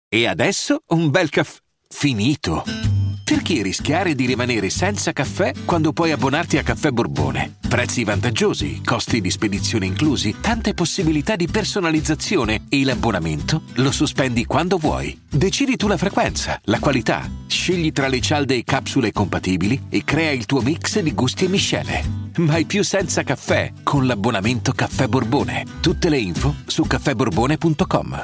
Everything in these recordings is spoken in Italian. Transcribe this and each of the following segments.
E adesso un bel caffè finito. Perché rischiare di rimanere senza caffè quando puoi abbonarti a Caffè Borbone? Prezzi vantaggiosi, costi di spedizione inclusi, tante possibilità di personalizzazione e l'abbonamento lo sospendi quando vuoi. Decidi tu la frequenza, la qualità, scegli tra le cialde e capsule compatibili e crea il tuo mix di gusti e miscele. Mai più senza caffè con l'abbonamento Caffè Borbone. Tutte le info su caffèborbone.com.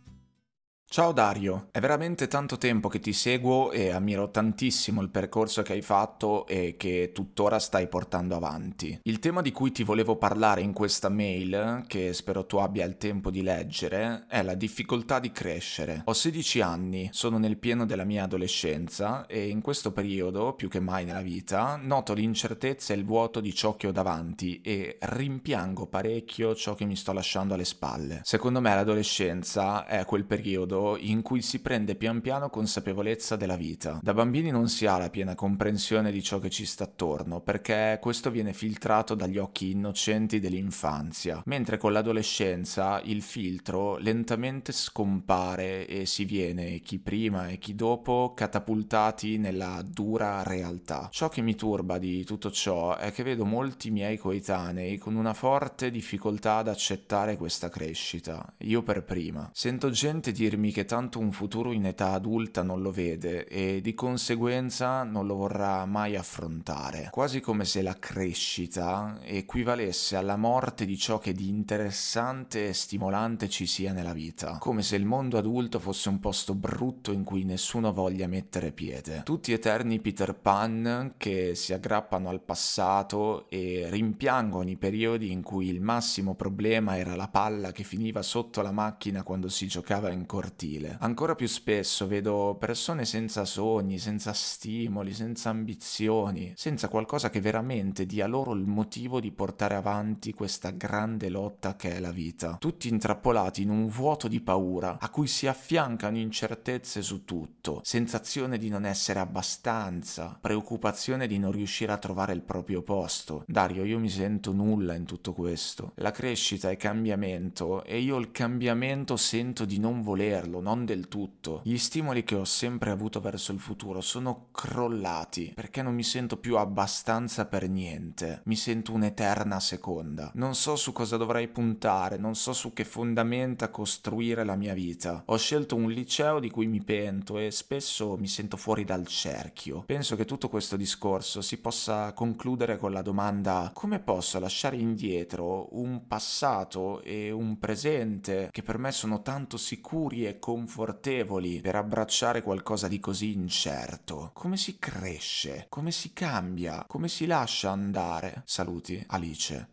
Ciao Dario, è veramente tanto tempo che ti seguo e ammiro tantissimo il percorso che hai fatto e che tuttora stai portando avanti. Il tema di cui ti volevo parlare in questa mail, che spero tu abbia il tempo di leggere, è la difficoltà di crescere. Ho 16 anni, sono nel pieno della mia adolescenza e in questo periodo, più che mai nella vita, noto l'incertezza e il vuoto di ciò che ho davanti e rimpiango parecchio ciò che mi sto lasciando alle spalle. Secondo me l'adolescenza è quel periodo in cui si prende pian piano consapevolezza della vita. Da bambini non si ha la piena comprensione di ciò che ci sta attorno, perché questo viene filtrato dagli occhi innocenti dell'infanzia, mentre con l'adolescenza il filtro lentamente scompare e si viene, chi prima e chi dopo, catapultati nella dura realtà. Ciò che mi turba di tutto ciò è che vedo molti miei coetanei con una forte difficoltà ad accettare questa crescita, io per prima. Sento gente dirmi che tanto un futuro in età adulta non lo vede e di conseguenza non lo vorrà mai affrontare, quasi come se la crescita equivalesse alla morte di ciò che di interessante e stimolante ci sia nella vita, come se il mondo adulto fosse un posto brutto in cui nessuno voglia mettere piede. Tutti eterni Peter Pan che si aggrappano al passato e rimpiangono i periodi in cui il massimo problema era la palla che finiva sotto la macchina quando si giocava in cortile. Ancora più spesso vedo persone senza sogni, senza stimoli, senza ambizioni, senza qualcosa che veramente dia loro il motivo di portare avanti questa grande lotta che è la vita. Tutti intrappolati in un vuoto di paura a cui si affiancano incertezze su tutto, sensazione di non essere abbastanza, preoccupazione di non riuscire a trovare il proprio posto. Dario, io mi sento nulla in tutto questo. La crescita è cambiamento e io il cambiamento sento di non volerlo, non del tutto. Gli stimoli che ho sempre avuto verso il futuro sono crollati perché non mi sento più abbastanza per niente. Mi sento un'eterna seconda. Non so su cosa dovrei puntare, non so su che fondamenta costruire la mia vita. Ho scelto un liceo di cui mi pento e spesso mi sento fuori dal cerchio. Penso che tutto questo discorso si possa concludere con la domanda: come posso lasciare indietro un passato e un presente che per me sono tanto sicuri e confortevoli per abbracciare qualcosa di così incerto? Come si cresce? Come si cambia? Come si lascia andare? Saluti, Alice.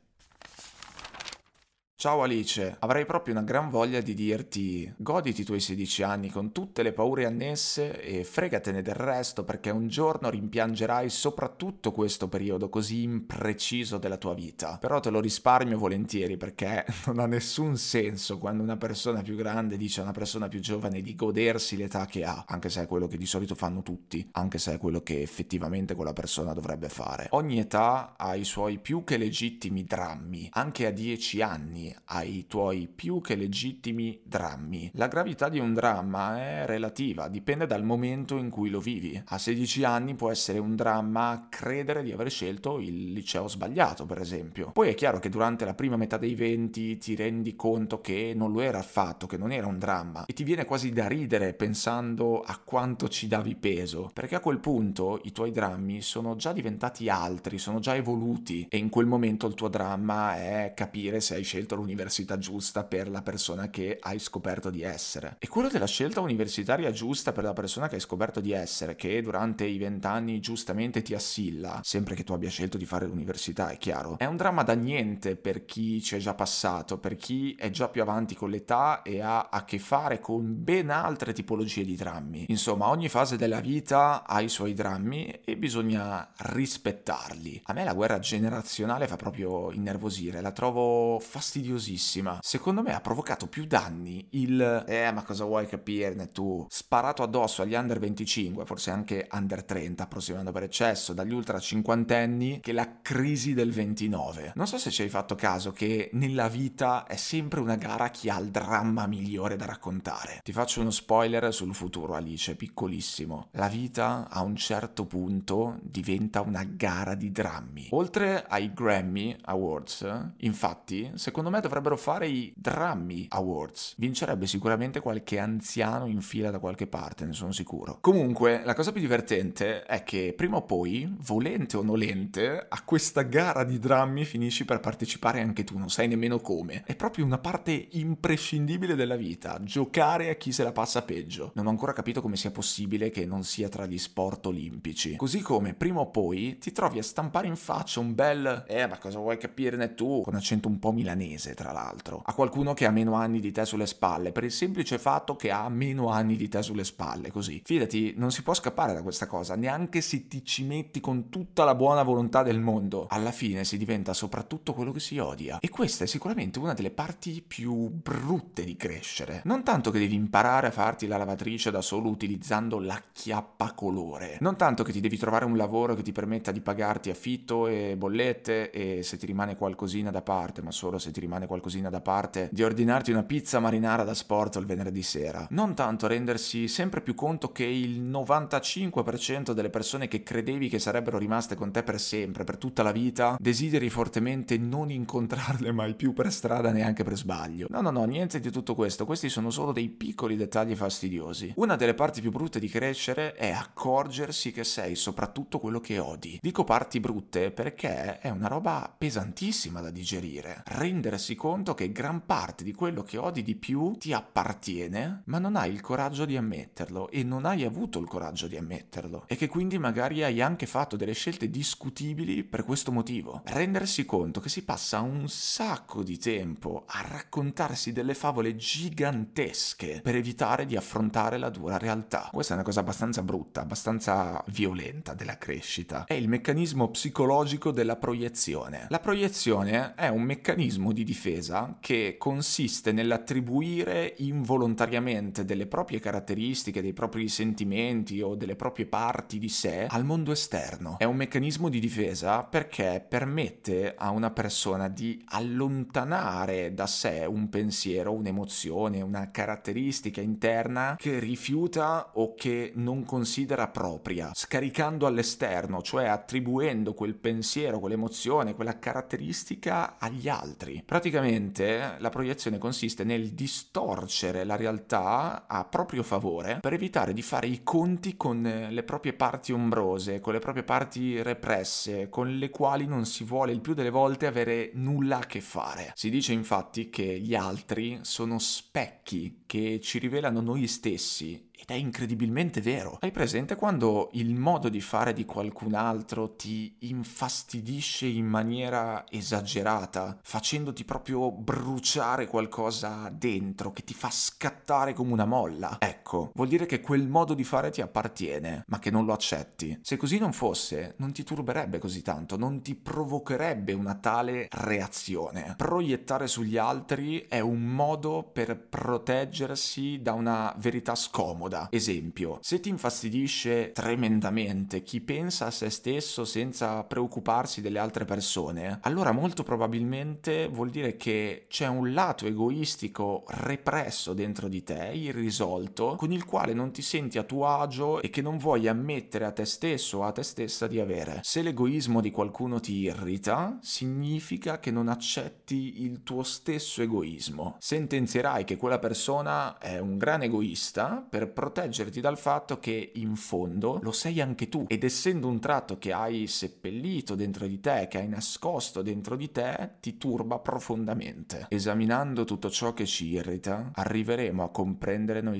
Ciao Alice, avrei proprio una gran voglia di dirti: goditi i tuoi 16 anni con tutte le paure annesse e fregatene del resto, perché un giorno rimpiangerai soprattutto questo periodo così impreciso della tua vita. Però te lo risparmio volentieri, perché non ha nessun senso quando una persona più grande dice a una persona più giovane di godersi l'età che ha, anche se è quello che di solito fanno tutti, anche se è quello che effettivamente quella persona dovrebbe fare. Ogni età ha i suoi più che legittimi drammi, anche a 10 anni ai tuoi più che legittimi drammi. La gravità di un dramma è relativa, dipende dal momento in cui lo vivi. A 16 anni può essere un dramma credere di aver scelto il liceo sbagliato, per esempio. Poi è chiaro che durante la prima metà dei 20 ti rendi conto che non lo era affatto, che non era un dramma, e ti viene quasi da ridere pensando a quanto ci davi peso, perché a quel punto i tuoi drammi sono già diventati altri, sono già evoluti, e in quel momento il tuo dramma è capire se hai scelto l'università giusta per la persona che hai scoperto di essere. E quello della scelta universitaria giusta per la persona che hai scoperto di essere, che durante i 20 anni giustamente ti assilla, sempre che tu abbia scelto di fare l'università, è chiaro, è un dramma da niente per chi ci è già passato, per chi è già più avanti con l'età e ha a che fare con ben altre tipologie di drammi. Insomma, ogni fase della vita ha i suoi drammi e bisogna rispettarli. A me la guerra generazionale fa proprio innervosire, la trovo fastidiosa fastidiosissima. Secondo me ha provocato più danni ma cosa vuoi capirne tu? Sparato addosso agli under 25, forse anche under 30, approssimando per eccesso, dagli ultra cinquantenni, che la crisi del 29. Non so se ci hai fatto caso che nella vita è sempre una gara a chi ha il dramma migliore da raccontare. Ti faccio uno spoiler sul futuro, Alice, piccolissimo. La vita a un certo punto diventa una gara di drammi. Oltre ai Grammy Awards, infatti, secondo me dovrebbero fare i Drammy Awards. Vincerebbe sicuramente qualche anziano in fila da qualche parte, ne sono sicuro. Comunque, la cosa più divertente è che prima o poi, volente o nolente, a questa gara di drammi finisci per partecipare anche tu, non sai nemmeno come. È proprio una parte imprescindibile della vita, giocare a chi se la passa peggio. Non ho ancora capito come sia possibile che non sia tra gli sport olimpici. Così come prima o poi ti trovi a stampare in faccia un bel ma cosa vuoi capirne tu? Con accento un po' milanese, tra l'altro. A qualcuno che ha meno anni di te sulle spalle, per il semplice fatto che ha meno anni di te sulle spalle, così. Fidati, non si può scappare da questa cosa, neanche se ti ci metti con tutta la buona volontà del mondo. Alla fine si diventa soprattutto quello che si odia. E questa è sicuramente una delle parti più brutte di crescere. Non tanto che devi imparare a farti la lavatrice da solo utilizzando l'acchiappacolore. Non tanto che ti devi trovare un lavoro che ti permetta di pagarti affitto e bollette e se ti rimane qualcosina da parte, ma solo se ti rimane qualcosina da parte, di ordinarti una pizza marinara da sport il venerdì sera. Non tanto rendersi sempre più conto che il 95% delle persone che credevi che sarebbero rimaste con te per sempre, per tutta la vita, desideri fortemente non incontrarle mai più per strada neanche per sbaglio. No, niente di tutto questo. Questi sono solo dei piccoli dettagli fastidiosi. Una delle parti più brutte di crescere è accorgersi che sei soprattutto quello che odi. Dico parti brutte perché è una roba pesantissima da digerire. Rendersi conto che gran parte di quello che odi di più ti appartiene, ma non hai il coraggio di ammetterlo e non hai avuto il coraggio di ammetterlo e che quindi magari hai anche fatto delle scelte discutibili per questo motivo. Rendersi conto che si passa un sacco di tempo a raccontarsi delle favole gigantesche per evitare di affrontare la dura realtà. Questa è una cosa abbastanza brutta, abbastanza violenta della crescita. È il meccanismo psicologico della proiezione. La proiezione è un meccanismo di difesa che consiste nell'attribuire involontariamente delle proprie caratteristiche, dei propri sentimenti o delle proprie parti di sé al mondo esterno. È un meccanismo di difesa perché permette a una persona di allontanare da sé un pensiero, un'emozione, una caratteristica interna che rifiuta o che non considera propria, scaricando all'esterno, cioè attribuendo quel pensiero, quell'emozione, quella caratteristica agli altri. Praticamente la proiezione consiste nel distorcere la realtà a proprio favore per evitare di fare i conti con le proprie parti ombrose, con le proprie parti represse, con le quali non si vuole il più delle volte avere nulla a che fare. Si dice infatti che gli altri sono specchi che ci rivelano noi stessi. Ed è incredibilmente vero. Hai presente quando il modo di fare di qualcun altro ti infastidisce in maniera esagerata, facendoti proprio bruciare qualcosa dentro, che ti fa scattare come una molla? Ecco, vuol dire che quel modo di fare ti appartiene, ma che non lo accetti. Se così non fosse, non ti turberebbe così tanto, non ti provocherebbe una tale reazione. Proiettare sugli altri è un modo per proteggersi da una verità scomoda. Esempio, se ti infastidisce tremendamente chi pensa a se stesso senza preoccuparsi delle altre persone, allora molto probabilmente vuol dire che c'è un lato egoistico represso dentro di te, irrisolto, con il quale non ti senti a tuo agio e che non vuoi ammettere a te stesso o a te stessa di avere. Se l'egoismo di qualcuno ti irrita, significa che non accetti il tuo stesso egoismo. Sentenzierai che quella persona è un gran egoista per proteggerti dal fatto che in fondo lo sei anche tu, ed essendo un tratto che hai seppellito dentro di te, che hai nascosto dentro di te, ti turba profondamente. Esaminando tutto ciò che ci irrita, arriveremo a comprendere noi stessi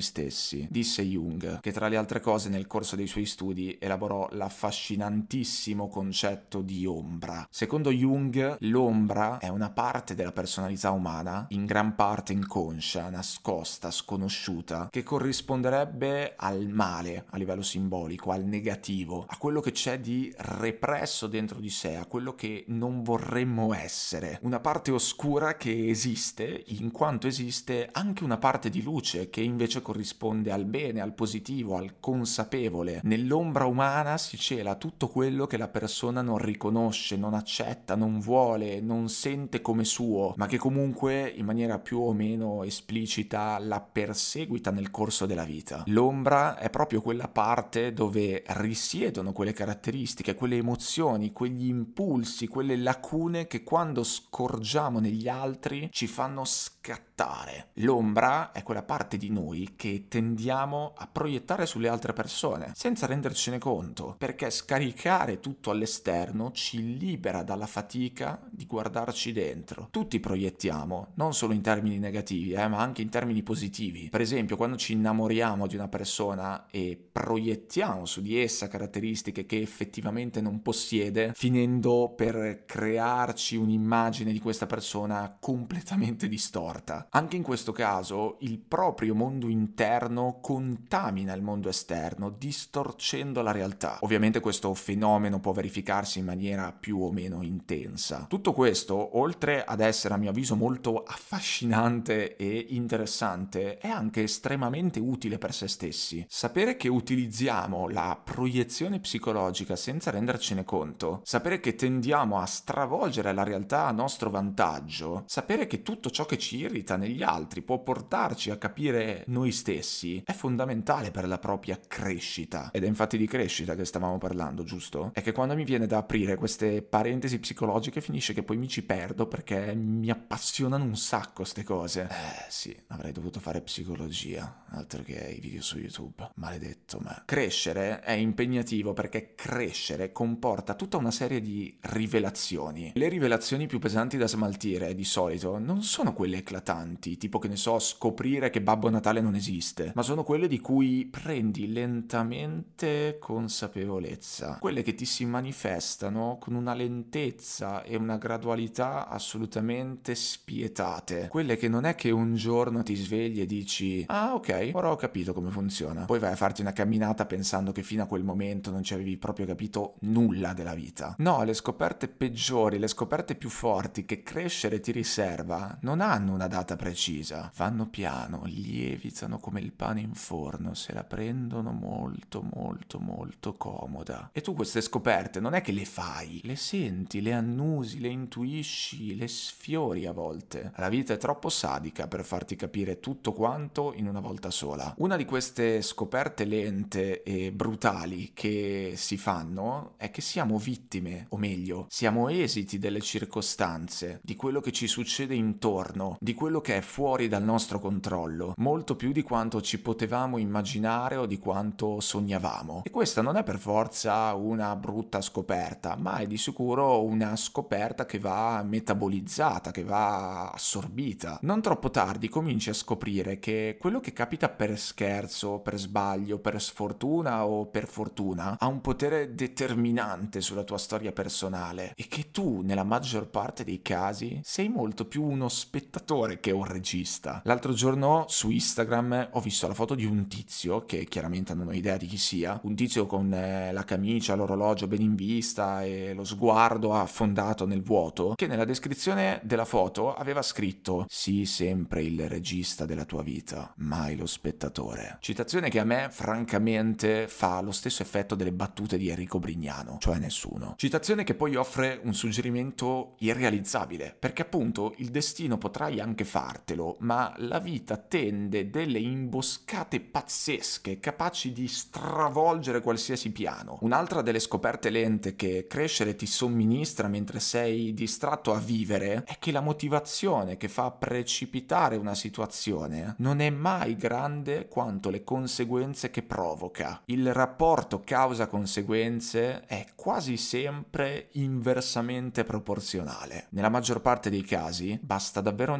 stessi. Disse Jung, che tra le altre cose nel corso dei suoi studi elaborò l'affascinantissimo concetto di ombra. Secondo Jung, l'ombra è una parte della personalità umana, in gran parte inconscia, nascosta, sconosciuta, che corrisponderebbe al male a livello simbolico, al negativo, a quello che c'è di represso dentro di sé, a quello che non vorremmo essere. Una parte oscura che esiste, in quanto esiste anche una parte di luce che invece corrisponde al bene, al positivo, al consapevole. Nell'ombra umana si cela tutto quello che la persona non riconosce, non accetta, non vuole, non sente come suo, ma che comunque in maniera più o meno esplicita la perseguita nel corso della vita. L'ombra è proprio quella parte dove risiedono quelle caratteristiche, quelle emozioni, quegli impulsi, quelle lacune che quando scorgiamo negli altri ci fanno scattare. L'ombra è quella parte di noi che tendiamo a proiettare sulle altre persone, senza rendercene conto, perché scaricare tutto all'esterno ci libera dalla fatica di guardarci dentro. Tutti proiettiamo, non solo in termini negativi, ma anche in termini positivi. Per esempio, quando ci innamoriamo di una persona e proiettiamo su di essa caratteristiche che effettivamente non possiede, finendo per crearci un'immagine di questa persona completamente distorta. Anche in questo caso, il proprio mondo interno contamina il mondo esterno, distorcendo la realtà. Ovviamente questo fenomeno può verificarsi in maniera più o meno intensa. Tutto questo, oltre ad essere a mio avviso molto affascinante e interessante, è anche estremamente utile per se stessi. Sapere che utilizziamo la proiezione psicologica senza rendercene conto, sapere che tendiamo a stravolgere la realtà a nostro vantaggio, sapere che tutto ciò che ci irrita negli altri può portarci a capire noi stessi, è fondamentale per la propria crescita. Ed è infatti di crescita che stavamo parlando, giusto? È che quando mi viene da aprire queste parentesi psicologiche finisce che poi mi ci perdo perché mi appassionano un sacco ste cose. Sì, avrei dovuto fare psicologia, altro che i video su YouTube. Maledetto me. Crescere è impegnativo perché crescere comporta tutta una serie di rivelazioni. Le rivelazioni più pesanti da smaltire, di solito, non sono quelle eclatanti, tipo che ne so, scoprire che Babbo Natale non esiste, ma sono quelle di cui prendi lentamente consapevolezza. Quelle che ti si manifestano con una lentezza e una gradualità assolutamente spietate. Quelle che non è che un giorno ti svegli e dici ah ok, ora ho capito come funziona. Poi vai a farti una camminata pensando che fino a quel momento non ci avevi proprio capito nulla della vita. No, le scoperte peggiori, le scoperte più forti che crescere ti riserva non hanno una data precisa. Vanno piano, lievitano come il pane in forno, se la prendono molto molto molto comoda. E tu queste scoperte non è che le fai, le senti, le annusi, le intuisci, le sfiori a volte. La vita è troppo sadica per farti capire tutto quanto in una volta sola. Una di queste scoperte lente e brutali che si fanno è che siamo vittime, o meglio, siamo esiti delle circostanze, di quello che ci succede intorno, di quello che è fuori dal nostro controllo, molto più di quanto ci potevamo immaginare o di quanto sognavamo. E questa non è per forza una brutta scoperta, ma è di sicuro una scoperta che va metabolizzata, che va assorbita. Non troppo tardi cominci a scoprire che quello che capita per scherzo, per sbaglio, per sfortuna o per fortuna ha un potere determinante sulla tua storia personale e che tu, nella maggior parte dei casi, sei molto più uno spettatore che un regista. L'altro giorno su Instagram ho visto la foto di un tizio, che chiaramente non ho idea di chi sia, un tizio con la camicia, l'orologio ben in vista e lo sguardo affondato nel vuoto, che nella descrizione della foto aveva scritto «Sii sempre il regista della tua vita, mai lo spettatore». Citazione che a me francamente fa lo stesso effetto delle battute di Enrico Brignano, cioè nessuno. Citazione che poi offre un suggerimento irrealizzabile, perché appunto il destino potrai anche fartelo, ma la vita tende delle imboscate pazzesche, capaci di stravolgere qualsiasi piano. Un'altra delle scoperte lente che crescere ti somministra mentre sei distratto a vivere è che la motivazione che fa precipitare una situazione non è mai grande quanto le conseguenze che provoca. Il rapporto causa-conseguenze è quasi sempre inversamente proporzionale. Nella maggior parte dei casi basta davvero niente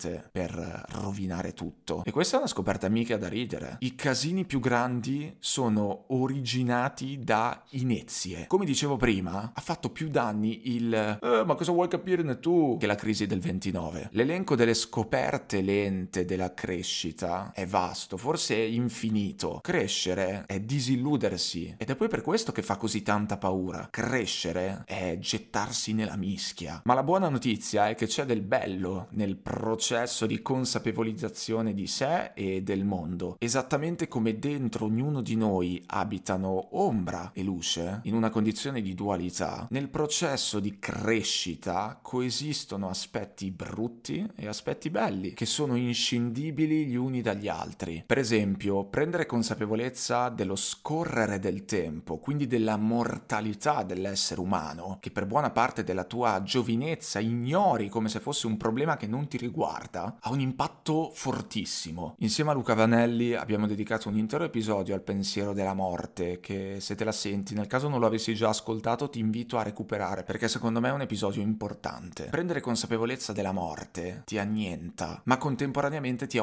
niente per rovinare tutto. E questa è una scoperta mica da ridere. I casini più grandi sono originati da inezie. Come dicevo prima, ha fatto più danni ma cosa vuoi capirne tu? Che la crisi del 29. L'elenco delle scoperte lente della crescita è vasto, forse è infinito. Crescere è disilludersi ed è poi per questo che fa così tanta paura. Crescere è gettarsi nella mischia. Ma la buona notizia è che c'è del bello nel processo di consapevolizzazione di sé e del mondo. Esattamente come dentro ognuno di noi abitano ombra e luce, in una condizione di dualità, nel processo di crescita coesistono aspetti brutti e aspetti belli, che sono inscindibili gli uni dagli altri. Per esempio, prendere consapevolezza dello scorrere del tempo, quindi della mortalità dell'essere umano, che per buona parte della tua giovinezza ignori come se fosse un problema che non ti riguarda, ha un impatto fortissimo. Insieme a Luca Vanelli abbiamo dedicato un intero episodio al pensiero della morte, che se te la senti, nel caso non lo avessi già ascoltato, ti invito a recuperare, perché secondo me è un episodio importante. Prendere consapevolezza della morte ti annienta, ma contemporaneamente ti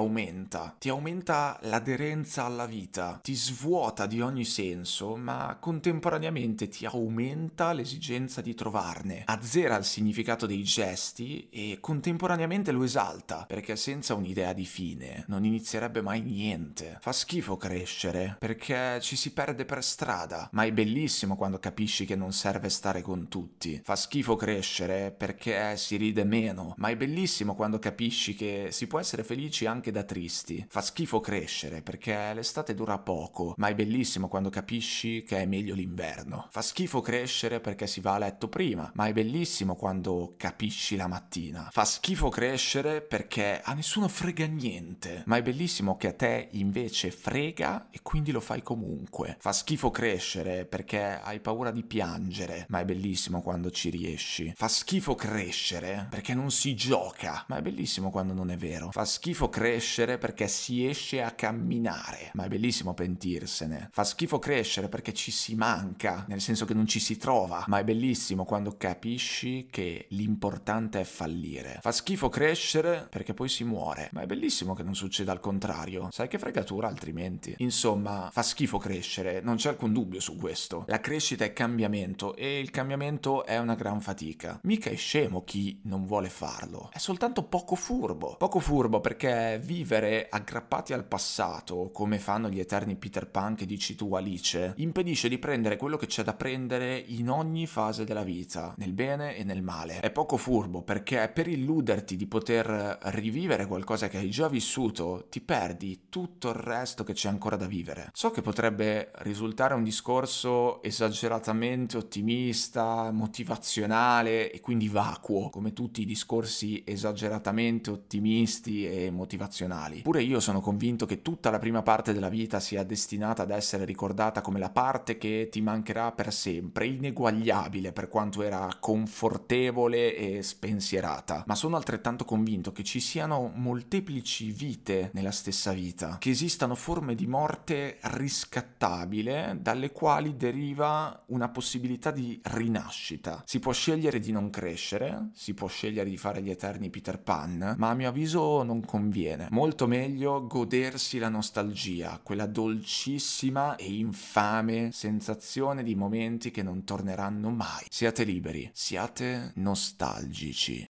aumenta l'aderenza alla vita, ti svuota di ogni senso, ma contemporaneamente ti aumenta l'esigenza di trovarne, azzera il significato dei gesti e contemporaneamente lo esalta, perché senza un'idea di fine non inizierebbe mai niente. Fa schifo crescere, perché ci si perde per strada, ma è bellissimo quando capisci che non serve stare con tutti. Fa schifo crescere perché si ride meno, ma è bellissimo quando capisci che si può essere felici anche da tristi. Fa schifo crescere perché l'estate dura poco, ma è bellissimo quando capisci che è meglio l'inverno. Fa schifo crescere perché si va a letto prima, ma è bellissimo quando capisci la mattina. Fa schifo crescere perché a nessuno frega niente, ma è bellissimo che a te invece frega e quindi lo fai comunque. Fa schifo crescere perché hai paura di piangere, ma è bellissimo quando ci riesci. Fa schifo crescere perché non si gioca, ma è bellissimo quando non è vero. Fa schifo crescere perché si esce a camminare, ma è bellissimo pentirsene. Fa schifo crescere perché ci si manca, nel senso che non ci si trova, ma è bellissimo quando capisci che l'importante è fallire. Fa schifo crescere perché poi si muore, ma è bellissimo che non succeda al contrario. Sai che fregatura altrimenti. Insomma, fa schifo crescere, non c'è alcun dubbio su questo. La crescita è cambiamento e il cambiamento è una gran fatica. Mica è scemo chi non vuole farlo, è soltanto poco furbo. Poco furbo perché vivere aggrappati al passato, come fanno gli eterni Peter Pan che dici tu Alice, impedisce di prendere quello che c'è da prendere in ogni fase della vita, nel bene e nel male. È poco furbo perché per illuderti di poter rivivere qualcosa che hai già vissuto, ti perdi tutto il resto che c'è ancora da vivere. So che potrebbe risultare un discorso esageratamente ottimista, motivazionale e quindi vacuo, come tutti i discorsi esageratamente ottimisti e motivazionali. Pure io sono convinto che tutta la prima parte della vita sia destinata ad essere ricordata come la parte che ti mancherà per sempre, ineguagliabile per quanto era confortevole e spensierata. Ma sono altrettanto convinto che ci siano molteplici vite nella stessa vita, che esistano forme di morte riscattabile dalle quali deriva una possibilità di rinascita. Si può scegliere di non crescere, si può scegliere di fare gli eterni Peter Pan, ma a mio avviso non conviene. Molto meglio godersi la nostalgia, quella dolcissima e infame sensazione di momenti che non torneranno mai. Siate liberi, siate nostalgici.